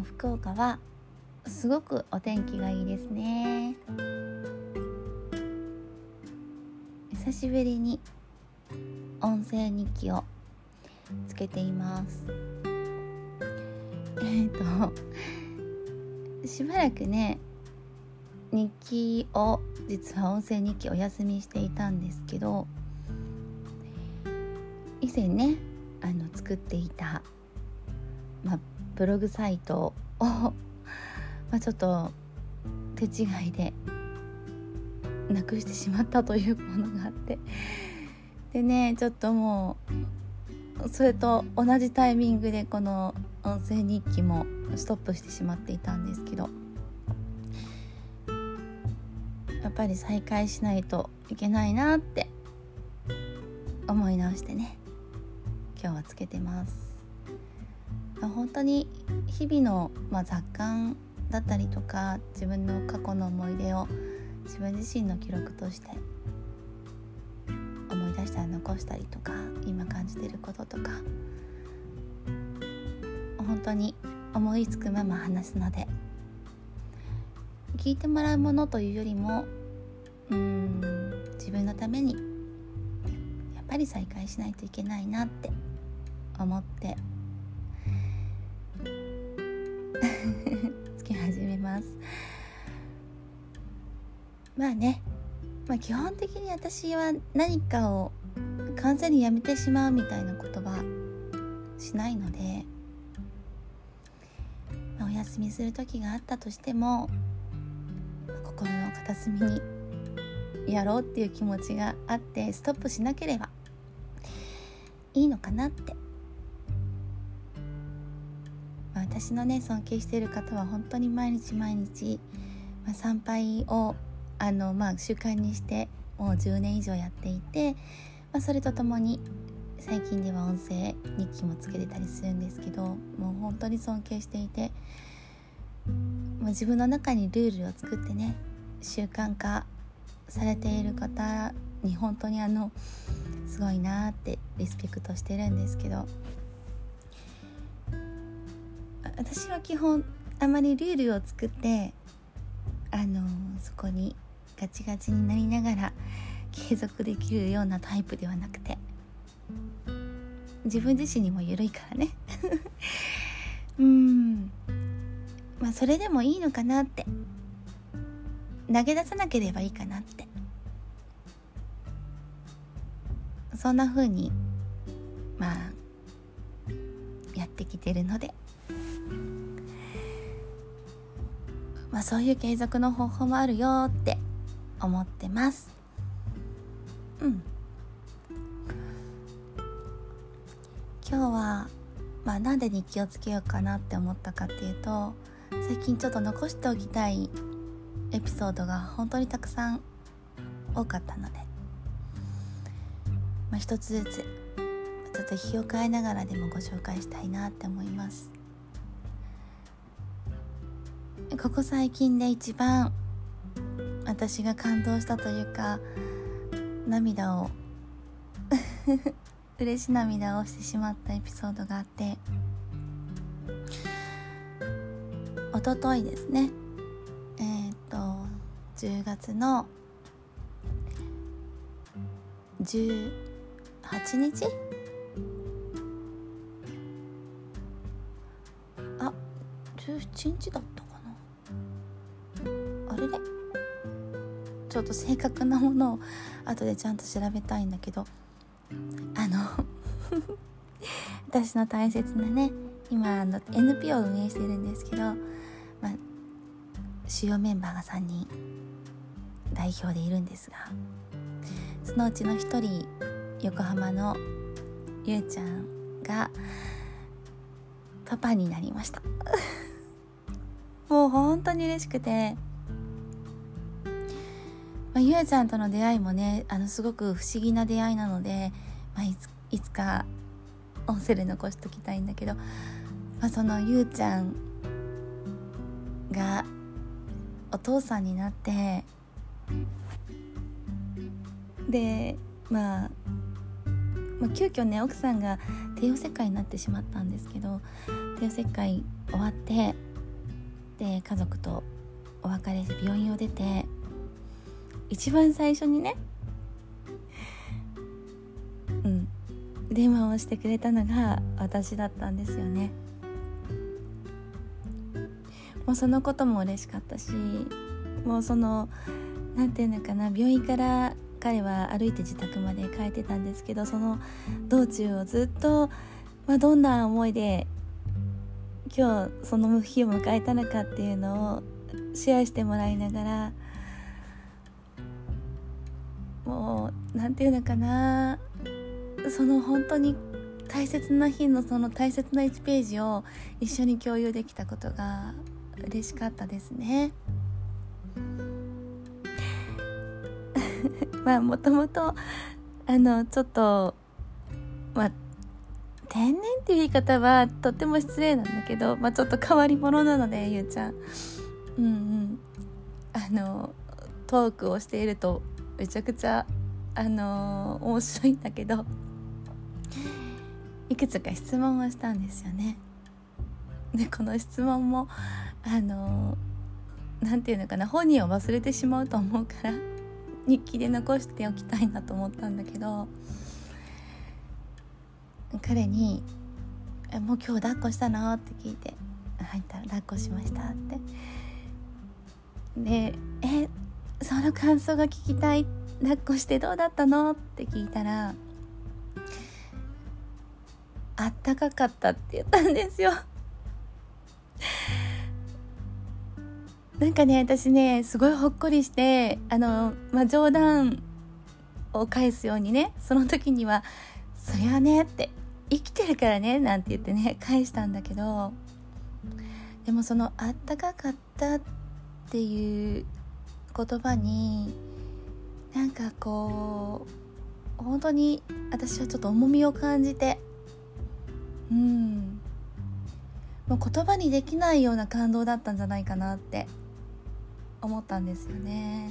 福岡はすごくお天気がいいですね。久しぶりに音声日記をつけています。しばらくね日記を実は音声日記お休みしていたんですけど、以前ね作っていた、ブログサイトを、ちょっと手違いでなくしてしまったというものがあって、でねちょっともうそれと同じタイミングでこの音声日記もストップしてしまっていたんですけど、やっぱり再開しないといけないなって思い直してね今日はつけてます。本当に日々の、雑感だったりとか自分の過去の思い出を自分自身の記録として思い出したら残したりとか、今感じていることとか本当に思いつくまま話すので、聞いてもらうものというよりも自分のためにやっぱり再開しないといけないなって思ってつけ始めます。基本的に私は何かを完全にやめてしまうみたいなことはしないので、お休みする時があったとしても心の片隅にやろうっていう気持ちがあってストップしなければいいのかなって、私のね尊敬している方は本当に毎日、参拝を習慣にしてもう10年以上やっていて、それとともに最近では音声日記もつけてたりするんですけど、もう本当に尊敬していて、もう自分の中にルールを作ってね習慣化されている方に本当にすごいなってリスペクトしてるんですけど、私は基本あまりルールを作ってそこにガチガチになりながら継続できるようなタイプではなくて、自分自身にも緩いからねそれでもいいのかなって、投げ出さなければいいかなって、そんな風にやってきてるので、そういう継続の方法もあるよって思ってます。今日はなんで日記をつけようかなって思ったかっていうと、最近ちょっと残しておきたいエピソードが本当にたくさん多かったので、一つずつちょっと日を変えながらでもご紹介したいなって思います。ここ最近で一番私が感動したというか涙を嬉し涙をしてしまったエピソードがあって、一昨日ですね、10月の18日17日だったかな、あれね、ちょっと正確なものを後でちゃんと調べたいんだけど、私の大切なね今NPO を運営してるんですけど、主要メンバーが3人代表でいるんですが、そのうちの1人横浜のゆうちゃんがパパになりましたもう本当に嬉しくて、ゆうちゃんとの出会いもねすごく不思議な出会いなので、いつか音声で残しときたいんだけど、そのゆうちゃんがお父さんになって、で急遽奥さんが帝王切開になってしまったんですけど、帝王切開終わってで家族とお別れして病院を出て、一番最初にね、電話をしてくれたのが私だったんですよね。もうそのことも嬉しかったし、もうそのなんていうのかな、病院から彼は歩いて自宅まで帰ってたんですけど、その道中をずっと、どんな思いで今日その日を迎えたのかっていうのをシェアしてもらいながら、もうなんていうのかな、その本当に大切な日のその大切な1ページを一緒に共有できたことが嬉しかったですね。もともとちょっと天然っていう言い方はとっても失礼なんだけど、ちょっと変わり者なので、ゆうちゃんトークをしているとめちゃくちゃ面白いんだけど、いくつか質問をしたんですよね。でこの質問もなんていうのかな、本人を忘れてしまうと思うから日記で残しておきたいなと思ったんだけど、彼にもう今日抱っこしたのって聞いて、入ったら抱っこしましたってで、その感想が聞きたい、抱っこしてどうだったのって聞いたら、あったかかったって言ったんですよ。なんかね、私ねすごいほっこりして、冗談を返すようにね、その時にはそりゃねって生きてるからねなんて言ってね返したんだけど、でもそのあったかかったっていう言葉になんかこう本当に私はちょっと重みを感じて、もう言葉にできないような感動だったんじゃないかなって思ったんですよね。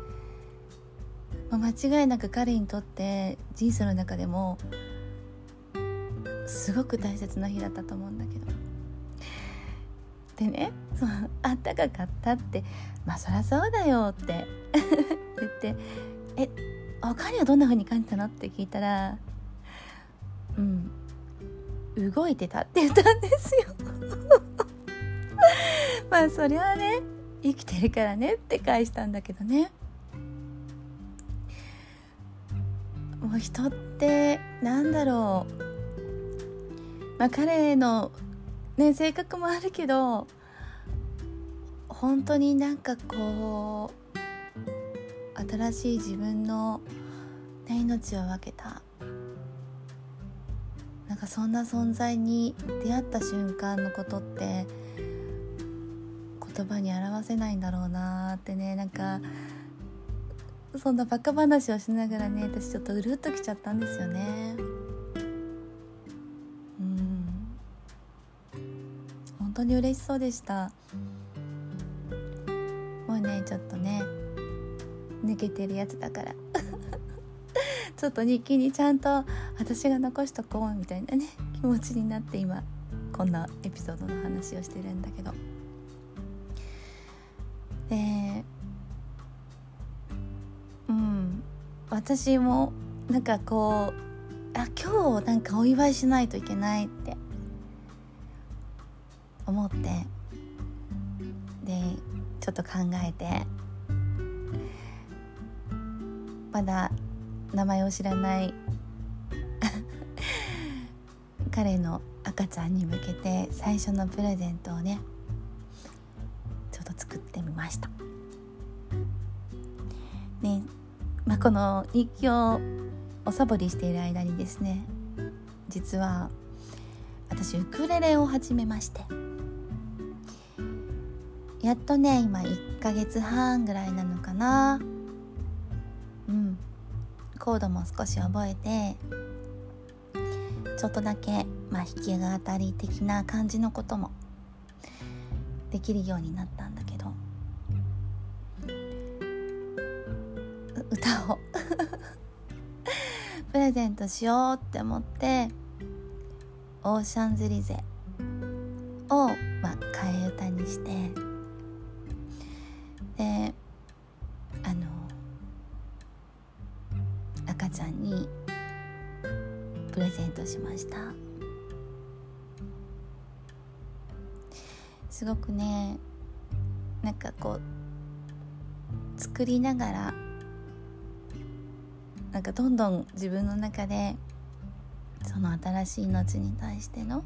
間違いなく彼にとって人生の中でもすごく大切な日だったと思うんだけど、でね、あったかかったって、そりゃそうだよって言って、他にはどんな風に感じたのって聞いたら、動いてたって言ったんですよ。そりゃね、生きてるからねって返したんだけどね、もう人ってなんだろう、彼のね性格もあるけど、本当になんかこう新しい自分の、命を分けた、なんかそんな存在に出会った瞬間のことって言葉に表せないんだろうなってね、なんかそんなバカ話をしながらね、私ちょっとうるっときちゃったんですよね。本当に嬉しそうでした。もうねちょっとね抜けてるやつだからちょっと日記にちゃんと私が残しとこうみたいなね気持ちになって、今こんなエピソードの話をしてるんだけど、で私もなんかこう今日なんかお祝いしないといけないって思って、でちょっと考えて、まだ名前を知らない彼の赤ちゃんに向けて最初のプレゼントをねちょっと作ってみました。ね、この日記をおさぼりしている間にですね、実は私ウクレレを始めまして、やっとね今1ヶ月半ぐらいなのかな。コードも少し覚えて、ちょっとだけ弾き語り的な感じのこともできるようになったんだけど、歌をプレゼントしようって思ってオーシャンズリゼを替え歌にしてで赤ちゃんにプレゼントしました。すごくね、なんかこう作りながらなんかどんどん自分の中でその新しい命に対しての、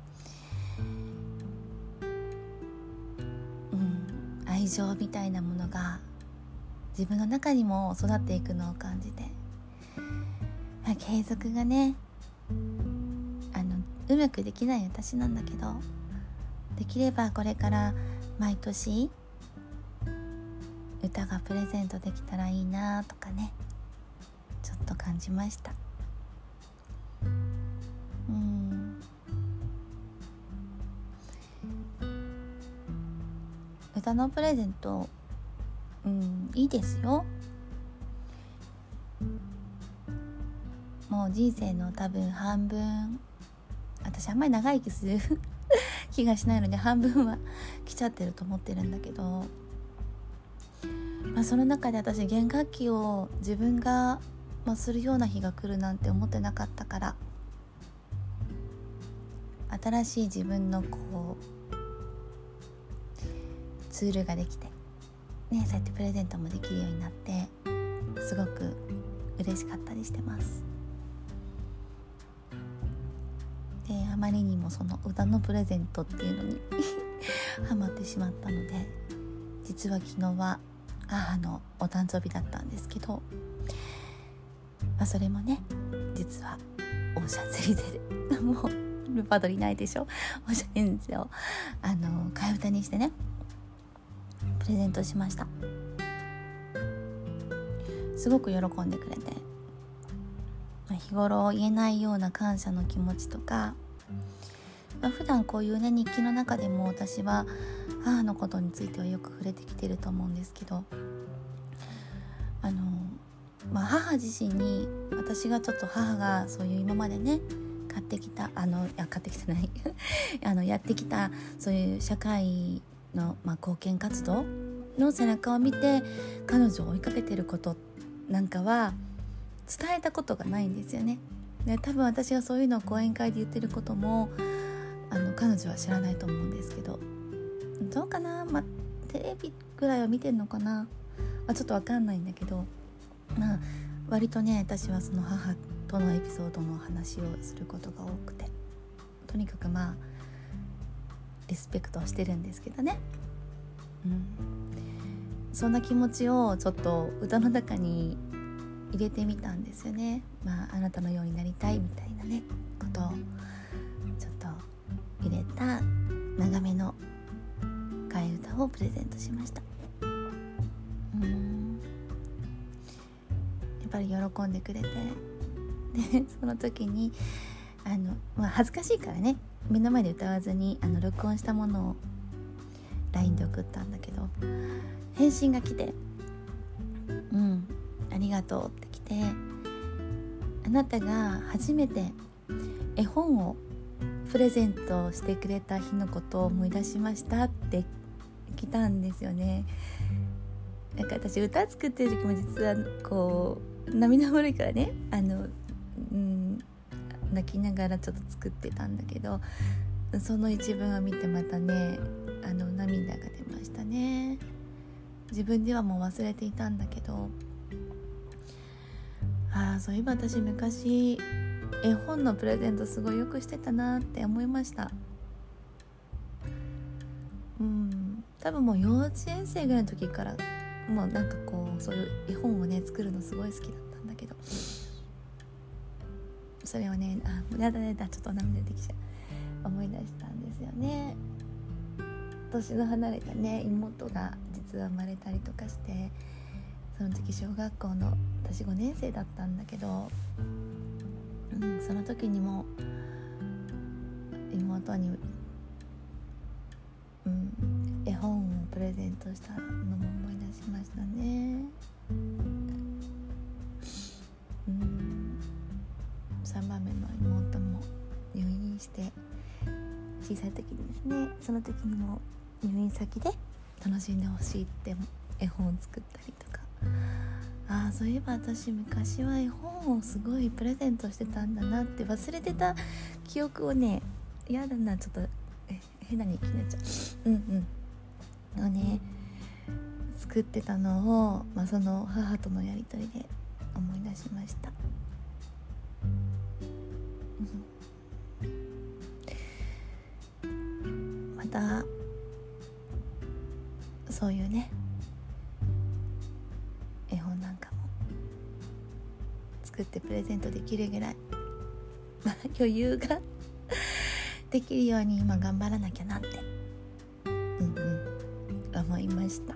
愛情みたいなものが自分の中にも育っていくのを感じて、継続がねうまくできない私なんだけど、できればこれから毎年歌がプレゼントできたらいいなとかね、ちょっと感じました。歌のプレゼント、いいですよ。もう人生の多分半分、私あんまり長生きする気がしないので半分は来ちゃってると思ってるんだけど、その中で私弦楽器を自分が、するような日が来るなんて思ってなかったから、新しい自分のこうツールができてね、そうやってプレゼントもできるようになってすごく嬉しかったりしてます。で、あまりにもその歌のプレゼントっていうのにハマってしまったので、実は昨日は母のお誕生日だったんですけど、それもね実はオーシャンズリーゼでもうルパドリないでしょ、オーシャンズリーゼを替え歌にしてねプレゼントしました。すごく喜んでくれて、日頃言えないような感謝の気持ちとか、普段こういうね日記の中でも私は母のことについてはよく触れてきてると思うんですけど、母自身に私がちょっと母がそういう今までね買ってきたやってきたそういう社会の、貢献活動の背中を見て彼女を追いかけてることなんかは伝えたことがないんですよね。で、多分私がそういうのを講演会で言ってることも彼女は知らないと思うんですけど、どうかな、テレビぐらいは見てんのかな、ちょっとわかんないんだけど、割とね私はその母とのエピソードの話をすることが多くて、とにかくリスペクトしてるんですけどね、そんな気持ちをちょっと歌の中に入れてみたんですよね。あなたのようになりたいみたいなねことをちょっと入れた長めの替え歌をプレゼントしました。やっぱり喜んでくれて、でその時に恥ずかしいからね目の前で歌わずに録音したものを LINE で送ったんだけど、返信が来て、ありがとうって来て、あなたが初めて絵本をプレゼントしてくれた日のことを思い出しましたって来たんですよね。なんか私歌作ってる時も実はこう涙もろいからね泣きながらちょっと作ってたんだけど、その一文を見てまたね涙が出ましたね。自分ではもう忘れていたんだけど、そういえば私昔絵本のプレゼントすごいよくしてたなって思いました。多分もう幼稚園生ぐらいの時からもうなんかこうそういう絵本をね作るのすごい好きだったんだけど、それをねやだちょっと涙出てきちゃう思い出したんですよね。年の離れたね妹が実は生まれたりとかして、その時小学校の私5年生だったんだけど、その時にも妹に、絵本をプレゼントしたのも思い出しましたね。3番目の妹も入院して小さい時にですね、その時にも入院先で楽しんでほしいって絵本作ったりとか、そういえば私昔は絵本をすごいプレゼントしてたんだなって忘れてた記憶をね、やだな、ちょっと変なに気になっちゃうをね作ってたのを、その母とのやり取りで思い出しました。またそういうね絵本なんかも作ってプレゼントできるぐらい、余裕ができるように今頑張らなきゃなって思いました。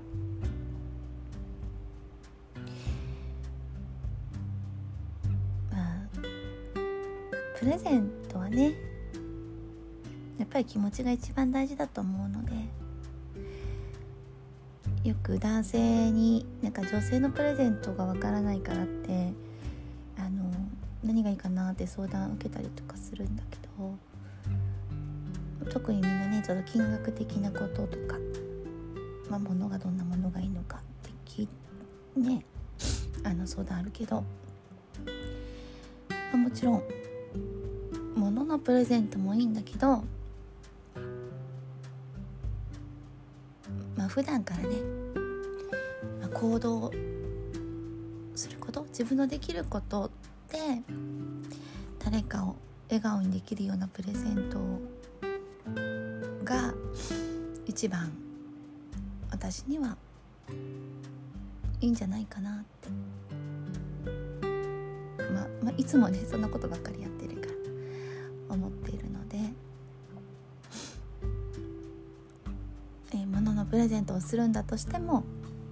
プレゼントはねやっぱり気持ちが一番大事だと思うので、よく男性になんか女性のプレゼントがわからないからって何がいいかなって相談を受けたりとかするんだけど、特にみんなねちょっと金額的なこととか、物がどんなものがいいのかってね相談あるけど、もちろん物のプレゼントもいいんだけど、普段からね、行動すること、自分のできることで誰かを笑顔にできるようなプレゼントが一番私にはいいんじゃないかなって、いつもねそんなことばっかりやってるから思っているので、物のプレゼントをするんだとしても、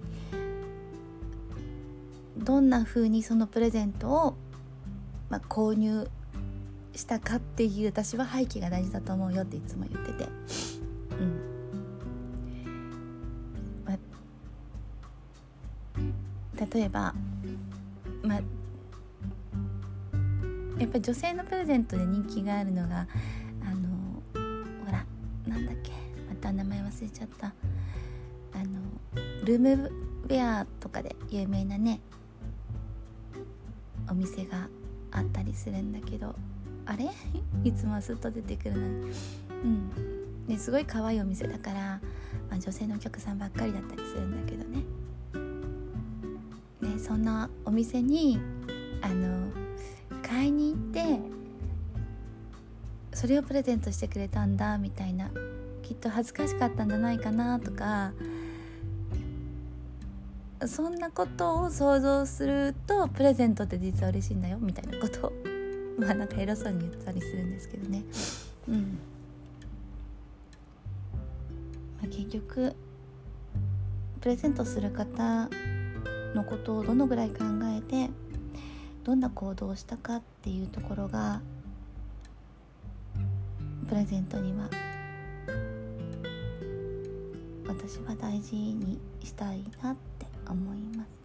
どんな風にそのプレゼントを、購入したかっていう、私は背景が大事だと思うよっていつも言ってて、例えば、やっぱり女性のプレゼントで人気があるのがほらなんだっけ、また名前忘れちゃった、ルームウェアとかで有名なねお店があったりするんだけど、あれいつもはスッと出てくるのに、すごい可愛いお店だから、女性のお客さんばっかりだったりするんだけどね、そんなお店に買いに行ってそれをプレゼントしてくれたんだみたいな、きっと恥ずかしかったんじゃないかなとか、そんなことを想像するとプレゼントって実は嬉しいんだよみたいなことをなんか偉そうに言ったりするんですけどね、結局プレゼントする方のことをどのぐらい考えてどんな行動をしたかっていうところがプレゼントには私は大事にしたいなって思いますね。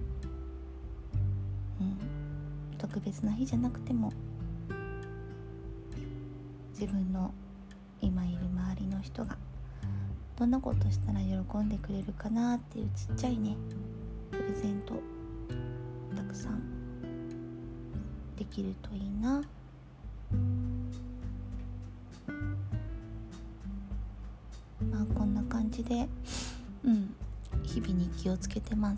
特別な日じゃなくても自分の今いる周りの人がどんなことしたら喜んでくれるかなっていうちっちゃいねプレゼントたくさんできるといいな。こんな感じで日々に気をつけてます。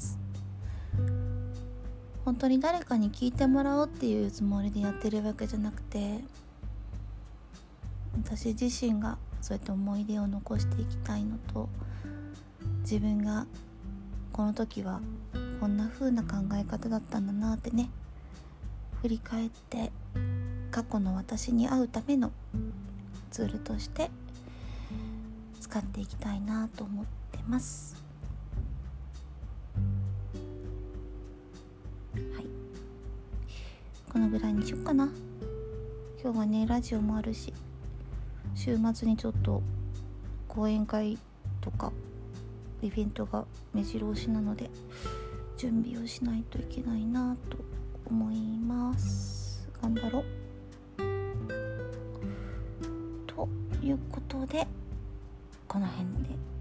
本当に誰かに聞いてもらおうっていうつもりでやってるわけじゃなくて、私自身がそうやって思い出を残していきたいのと、自分がこの時はこんな風な考え方だったんだなってね振り返って過去の私に会うためのツールとして使っていきたいなと思ってます。はい、このぐらいにしよっかな。今日はねラジオもあるし、週末にちょっと講演会とかイベントが目白押しなので準備をしないといけないなと思います。頑張ろうということでこの辺で